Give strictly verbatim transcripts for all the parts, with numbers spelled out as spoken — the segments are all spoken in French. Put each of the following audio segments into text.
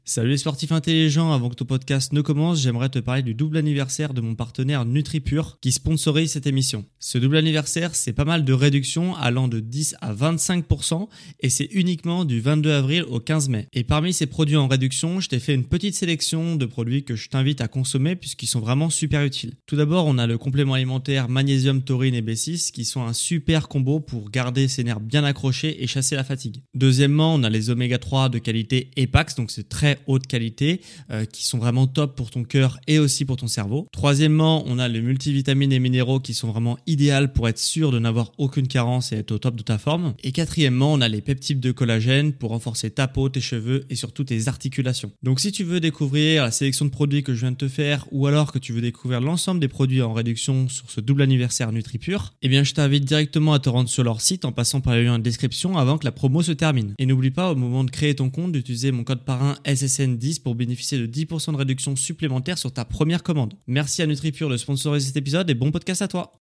Salut les sportifs intelligents, avant que ton podcast ne commence, j'aimerais te parler du double anniversaire de mon partenaire NutriPure qui sponsorise cette émission. Ce double anniversaire, c'est pas mal de réductions allant de dix à vingt-cinq pour cent et c'est uniquement du vingt-deux avril au quinze mai. Et parmi ces produits en réduction, je t'ai fait une petite sélection de produits que je t'invite à consommer puisqu'ils sont vraiment super utiles. Tout d'abord, on a le complément alimentaire magnésium, taurine et B six qui sont un super combo pour garder ses nerfs bien accrochés et chasser la fatigue. Deuxièmement, on a les oméga trois de qualité Epax, donc c'est très haute qualité euh, qui sont vraiment top pour ton cœur et aussi pour ton cerveau. Troisièmement, on a les multivitamines et minéraux qui sont vraiment idéales pour être sûr de n'avoir aucune carence et être au top de ta forme. Et quatrièmement, on a les peptides de collagène pour renforcer ta peau, tes cheveux et surtout tes articulations. Donc si tu veux découvrir la sélection de produits que je viens de te faire ou alors que tu veux découvrir l'ensemble des produits en réduction sur ce double anniversaire NutriPure, eh bien je t'invite directement à te rendre sur leur site en passant par le lien de description avant que la promo se termine. Et n'oublie pas au moment de créer ton compte d'utiliser mon code parrain S S N dix pour bénéficier de dix pour cent de réduction supplémentaire sur ta première commande. Merci à NutriPure de sponsoriser cet épisode et bon podcast à toi.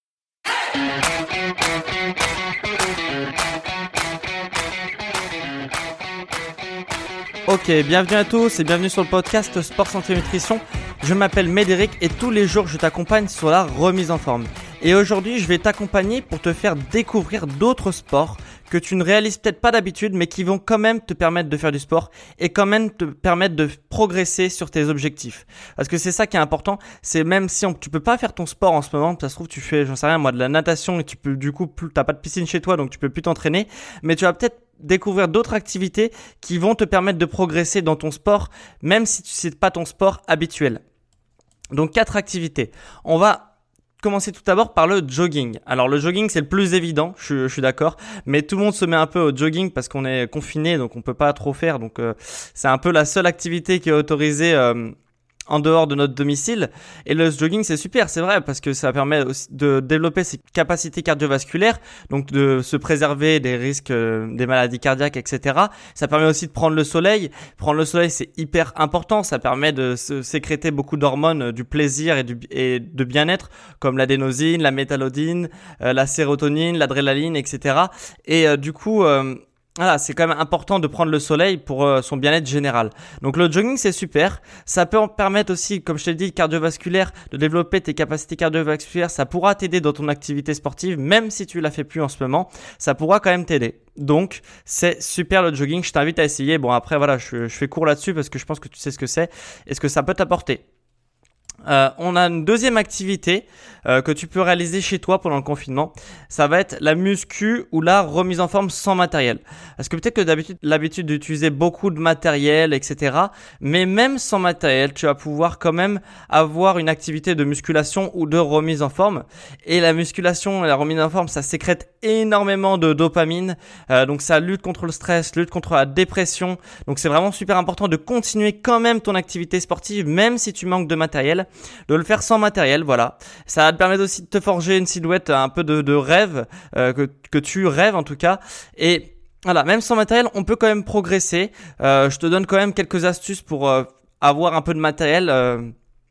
Ok, bienvenue à tous et bienvenue sur le podcast Sport Santé Nutrition. Je m'appelle Médéric et tous les jours je t'accompagne sur la remise en forme. Et aujourd'hui je vais t'accompagner pour te faire découvrir d'autres sports que tu ne réalises peut-être pas d'habitude mais qui vont quand même te permettre de faire du sport et quand même te permettre de progresser sur tes objectifs. Parce que c'est ça qui est important, c'est même si on, tu peux pas faire ton sport en ce moment, ça se trouve tu fais, j'en sais rien moi, de la natation et tu peux du coup, plus, t'as pas de piscine chez toi donc tu peux plus t'entraîner, mais tu vas peut-être découvrir d'autres activités qui vont te permettre de progresser dans ton sport même si tu sais pas ton sport habituel. Donc quatre activités. On va commencer tout d'abord par le jogging. Alors le jogging c'est le plus évident, je, je suis d'accord, mais tout le monde se met un peu au jogging parce qu'on est confiné donc on peut pas trop faire, donc euh, c'est un peu la seule activité qui est autorisée euh, en dehors de notre domicile. Et le jogging c'est super, c'est vrai, parce que ça permet aussi de développer ses capacités cardiovasculaires, donc de se préserver des risques euh, des maladies cardiaques, et cetera. Ça permet aussi de prendre le soleil. Prendre le soleil c'est hyper important, ça permet de se sécréter beaucoup d'hormones euh, du plaisir et, du, et de bien-être comme l'adénosine, la métallodine, euh, la sérotonine, l'adrénaline, et cetera. Et euh, du coup euh, Voilà, c'est quand même important de prendre le soleil pour euh, son bien-être général. Donc le jogging c'est super, ça peut en permettre aussi, comme je t'ai dit, cardiovasculaire, de développer tes capacités cardiovasculaires, ça pourra t'aider dans ton activité sportive, même si tu la fais plus en ce moment, ça pourra quand même t'aider. Donc c'est super le jogging, je t'invite à essayer. Bon après voilà, je, je fais court là-dessus parce que je pense que tu sais ce que c'est et ce que ça peut t'apporter. Euh, on a une deuxième activité euh, que tu peux réaliser chez toi pendant le confinement. Ça va être la muscu ou la remise en forme sans matériel. Parce que peut-être que d'habitude, l'habitude d'utiliser beaucoup de matériel, et cetera. Mais même sans matériel, tu vas pouvoir quand même avoir une activité de musculation ou de remise en forme. Et la musculation et la remise en forme, ça sécrète énormément de dopamine. Euh, donc ça lutte contre le stress, lutte contre la dépression. Donc c'est vraiment super important de continuer quand même ton activité sportive, même si tu manques de matériel. De le faire sans matériel, voilà. Ça va te permettre aussi de te forger une silhouette un peu de, de rêve, euh, que, que tu rêves en tout cas. Et voilà, même sans matériel, on peut quand même progresser. Euh, je te donne quand même quelques astuces pour euh, avoir un peu de matériel, euh,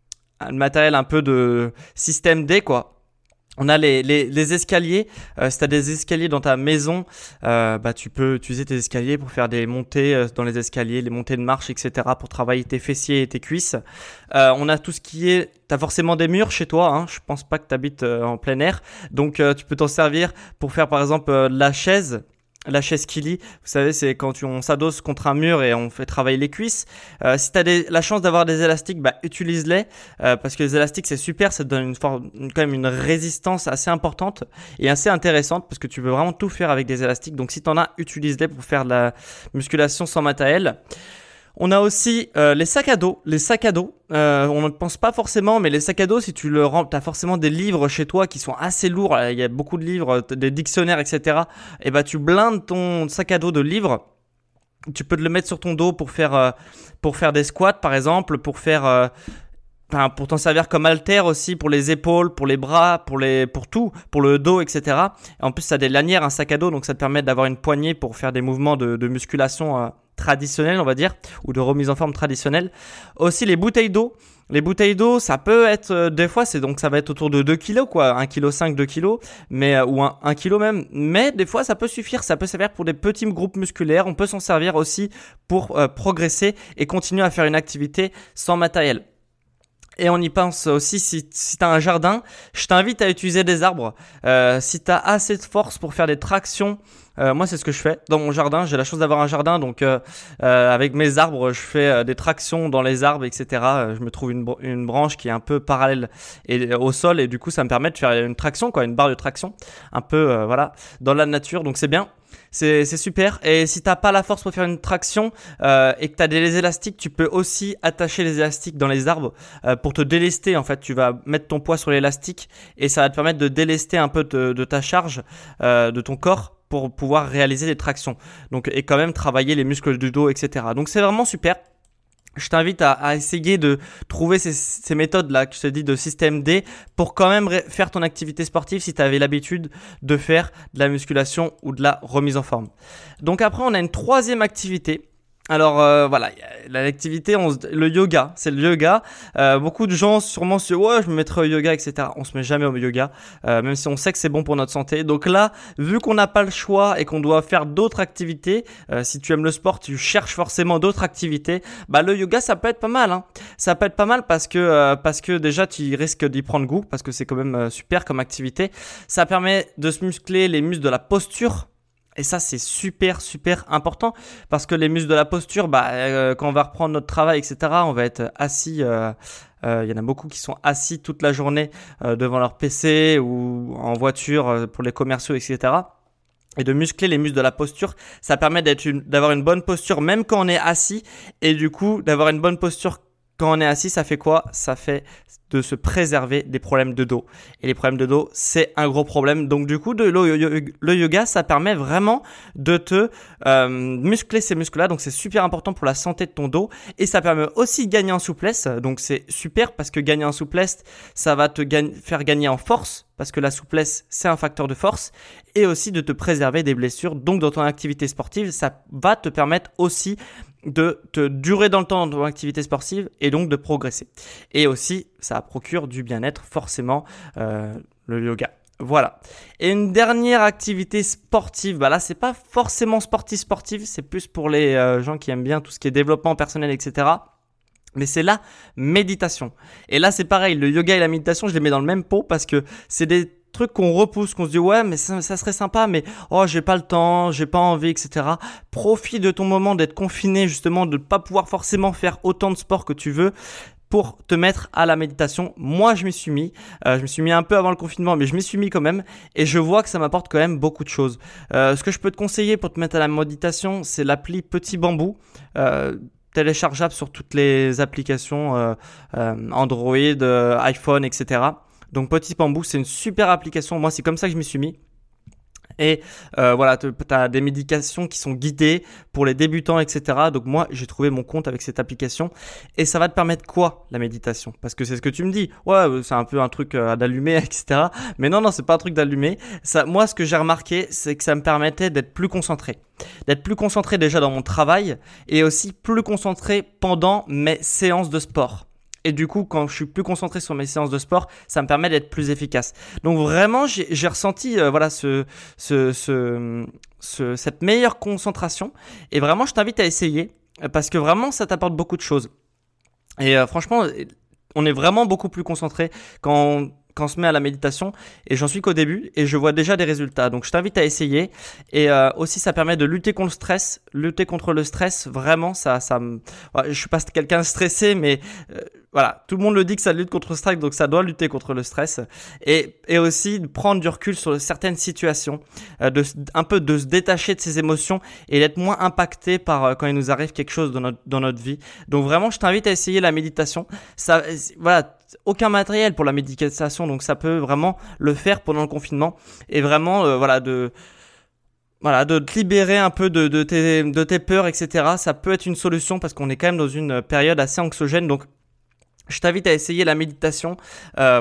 un matériel un peu de système D, quoi. On a les, les, les escaliers. Euh, si tu as des escaliers dans ta maison, euh, bah, tu peux utiliser tes escaliers pour faire des montées euh, dans les escaliers, les montées de marche, et cetera pour travailler tes fessiers et tes cuisses. Euh, on a tout ce qui est… Tu as forcément des murs chez toi. Hein, je pense pas que tu habites euh, en plein air. Donc, euh, tu peux t'en servir pour faire par exemple euh, la chaise. La chaise Kili, vous savez, c'est quand tu, on s'adosse contre un mur et on fait travailler les cuisses. Euh, si tu as la chance d'avoir des élastiques, bah, utilise-les euh, parce que les élastiques, c'est super. Ça te donne une, forme, une, quand même une résistance assez importante et assez intéressante parce que tu peux vraiment tout faire avec des élastiques. Donc, si tu en as, utilise-les pour faire de la musculation sans matériel. On a aussi euh, les sacs à dos. Les sacs à dos, euh, on ne pense pas forcément, mais les sacs à dos, si tu le rends, t'as forcément des livres chez toi qui sont assez lourds. Il y a beaucoup de livres, des dictionnaires, et cetera. Et bah tu blindes ton sac à dos de livres. Tu peux te le mettre sur ton dos pour faire euh, pour faire des squats par exemple, pour faire euh, Enfin, pour t'en servir comme haltère aussi pour les épaules, pour les bras, pour les, pour tout, pour le dos, et cetera. Et en plus, ça a des lanières, un sac à dos, donc ça te permet d'avoir une poignée pour faire des mouvements de, de musculation euh, traditionnelle, on va dire, ou de remise en forme traditionnelle. Aussi les bouteilles d'eau. Les bouteilles d'eau, ça peut être, euh, des fois, c'est donc ça va être autour de deux kilos, quoi, un virgule cinq kilos, deux kilos, mais, euh, ou un, un kilo même. Mais des fois, ça peut suffire, ça peut servir pour des petits groupes musculaires. On peut s'en servir aussi pour euh, progresser et continuer à faire une activité sans matériel. Et on y pense aussi, si, si tu as un jardin, je t'invite à utiliser des arbres. Euh, si tu as assez de force pour faire des tractions, euh, moi c'est ce que je fais dans mon jardin. J'ai la chance d'avoir un jardin, donc euh, euh, avec mes arbres, je fais euh, des tractions dans les arbres, et cetera. Je me trouve une, une branche qui est un peu parallèle et, au sol et du coup ça me permet de faire une traction, quoi, une barre de traction, un peu euh, voilà, dans la nature. Donc c'est bien. C'est, c'est super. Et si t'as pas la force pour faire une traction euh, et que t'as des élastiques, tu peux aussi attacher les élastiques dans les arbres euh, pour te délester. En fait, tu vas mettre ton poids sur l'élastique et ça va te permettre de délester un peu de, de ta charge, euh, de ton corps pour pouvoir réaliser des tractions. Donc, et quand même travailler les muscles du dos, et cetera. Donc c'est vraiment super. Je t'invite à, à essayer de trouver ces, ces méthodes-là que je te dis de système D pour quand même ré- faire ton activité sportive si tu avais l'habitude de faire de la musculation ou de la remise en forme. Donc après, on a une troisième activité. Alors euh, voilà, l'activité, on se, le yoga, c'est le yoga. Euh, beaucoup de gens sûrement se disent ouais, je me mettrai au yoga, et cetera. On se met jamais au yoga, euh, même si on sait que c'est bon pour notre santé. Donc là, vu qu'on n'a pas le choix et qu'on doit faire d'autres activités, euh, si tu aimes le sport, tu cherches forcément d'autres activités. Bah le yoga, ça peut être pas mal. Hein. Ça peut être pas mal parce que euh, parce que déjà tu risques d'y prendre goût parce que c'est quand même euh, super comme activité. Ça permet de se muscler les muscles de la posture. Et ça, c'est super, super important parce que les muscles de la posture, bah, euh, quand on va reprendre notre travail, et cetera, on va être assis. Euh, euh, il y en a beaucoup qui sont assis toute la journée euh, devant leur P C ou en voiture euh, pour les commerciaux, et cetera. Et de muscler les muscles de la posture, ça permet d'être une, d'avoir une bonne posture même quand on est assis. Et du coup, d'avoir une bonne posture quand on est assis, ça fait quoi? Ça fait de se préserver des problèmes de dos. Et les problèmes de dos, c'est un gros problème. Donc du coup, de, le, le yoga, ça permet vraiment de te euh, muscler ces muscles-là. Donc c'est super important pour la santé de ton dos. Et ça permet aussi de gagner en souplesse. Donc c'est super parce que gagner en souplesse, ça va te gagne, faire gagner en force. Parce que la souplesse, c'est un facteur de force. Et aussi de te préserver des blessures. Donc dans ton activité sportive, ça va te permettre aussi de te durer dans le temps dans ton activité sportive et donc de progresser. Et aussi, ça procure du bien-être forcément, euh, le yoga. Voilà. Et une dernière activité sportive, bah là c'est pas forcément sportif sportive, c'est plus pour les euh, gens qui aiment bien tout ce qui est développement personnel, et cetera. Mais c'est la méditation. Et là c'est pareil, le yoga et la méditation, je les mets dans le même pot parce que c'est des trucs qu'on repousse, qu'on se dit ouais mais ça, ça serait sympa mais oh j'ai pas le temps, j'ai pas envie, et cetera. Profite de ton moment d'être confiné justement, de ne pas pouvoir forcément faire autant de sport que tu veux pour te mettre à la méditation. Moi je m'y suis mis, euh, je me suis mis un peu avant le confinement mais je m'y suis mis quand même et je vois que ça m'apporte quand même beaucoup de choses. Euh, ce que je peux te conseiller pour te mettre à la méditation, c'est l'appli Petit Bambou. Euh, téléchargeable sur toutes les applications euh, euh, Android, euh, iPhone, et cetera. Donc Petit Bambou, c'est une super application. Moi, c'est comme ça que je m'y suis mis. Et euh, voilà, tu as des méditations qui sont guidées pour les débutants, et cetera. Donc moi, j'ai trouvé mon compte avec cette application. Et ça va te permettre quoi, la méditation? Parce que c'est ce que tu me dis. Ouais, c'est un peu un truc euh, d'allumer, et cetera. Mais non, non, c'est pas un truc d'allumer. Ça, moi, ce que j'ai remarqué, c'est que ça me permettait d'être plus concentré. D'être plus concentré déjà dans mon travail et aussi plus concentré pendant mes séances de sport. Et du coup, quand je suis plus concentré sur mes séances de sport, ça me permet d'être plus efficace. Donc vraiment, j'ai, j'ai ressenti euh, voilà ce, ce, ce, ce, cette meilleure concentration. Et vraiment, je t'invite à essayer parce que vraiment, ça t'apporte beaucoup de choses. Et euh, franchement, on est vraiment beaucoup plus concentré quand on, quand on se met à la méditation. Et j'en suis qu'au début et je vois déjà des résultats. Donc je t'invite à essayer. Et euh, aussi, ça permet de lutter contre le stress. Lutter contre le stress, vraiment, ça, ça me... Je suis pas quelqu'un de stressé, mais... Euh, Voilà, tout le monde le dit que ça lutte contre le stress, donc ça doit lutter contre le stress. Et, et aussi de prendre du recul sur certaines situations, euh, de, un peu de se détacher de ses émotions et d'être moins impacté par euh, quand il nous arrive quelque chose dans notre, dans notre vie. Donc vraiment, je t'invite à essayer la méditation. Ça, voilà, aucun matériel pour la méditation, donc ça peut vraiment le faire pendant le confinement. Et vraiment, euh, voilà, de... Voilà, de te libérer un peu de, de, tes, de tes peurs, et cetera. Ça peut être une solution parce qu'on est quand même dans une période assez anxiogène. Donc, je t'invite à essayer la méditation. Euh, voilà.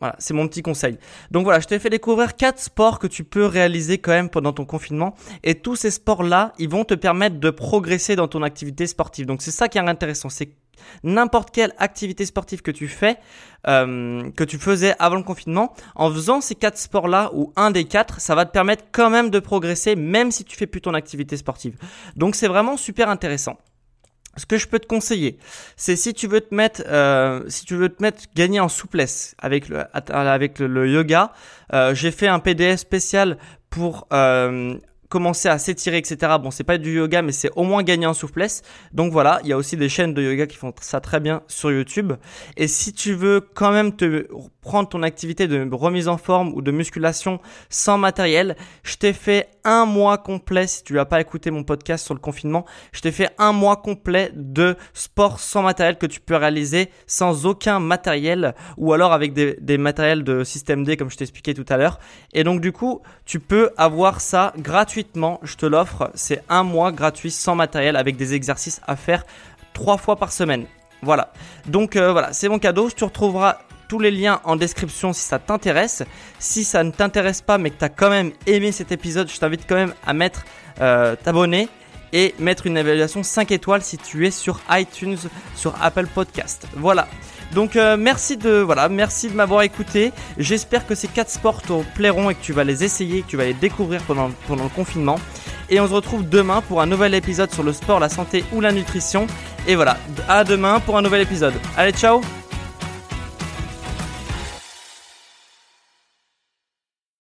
Voilà, c'est mon petit conseil. Donc voilà, je t'ai fait découvrir quatre sports que tu peux réaliser quand même pendant ton confinement. Et tous ces sports-là, ils vont te permettre de progresser dans ton activité sportive. Donc c'est ça qui est intéressant, c'est n'importe quelle activité sportive que tu fais, euh, que tu faisais avant le confinement, en faisant ces quatre sports-là ou un des quatre, ça va te permettre quand même de progresser, même si tu fais plus ton activité sportive. Donc c'est vraiment super intéressant. Ce que je peux te conseiller, c'est si tu veux te mettre, euh, si tu veux te mettre gagner en souplesse avec le, avec le, le yoga, euh, j'ai fait un P D F spécial pour euh, commencer à s'étirer, et cetera. Bon, c'est pas du yoga, mais c'est au moins gagner en souplesse. Donc voilà, il y a aussi des chaînes de yoga qui font ça très bien sur YouTube. Et si tu veux quand même te prendre ton activité de remise en forme ou de musculation sans matériel, je t'ai fait un mois complet. Si tu n'as pas écouté mon podcast sur le confinement, je t'ai fait un mois complet de sport sans matériel que tu peux réaliser sans aucun matériel ou alors avec des, des matériels de système D comme je t'ai expliqué tout à l'heure. Et donc du coup, tu peux avoir ça gratuitement. Je te l'offre. C'est un mois gratuit sans matériel avec des exercices à faire trois fois par semaine. Voilà. Donc euh, voilà, c'est mon cadeau. Tu retrouveras tous les liens en description si ça t'intéresse. Si ça ne t'intéresse pas mais que tu as quand même aimé cet épisode, je t'invite quand même à mettre euh, t'abonner et mettre une évaluation cinq étoiles si tu es sur iTunes, sur Apple Podcast. Voilà. Donc euh, merci de voilà, merci de m'avoir écouté. J'espère que ces quatre sports te plairont et que tu vas les essayer, que tu vas les découvrir pendant pendant le confinement. Et on se retrouve demain pour un nouvel épisode sur le sport, la santé ou la nutrition. Et voilà, à demain pour un nouvel épisode. Allez, ciao.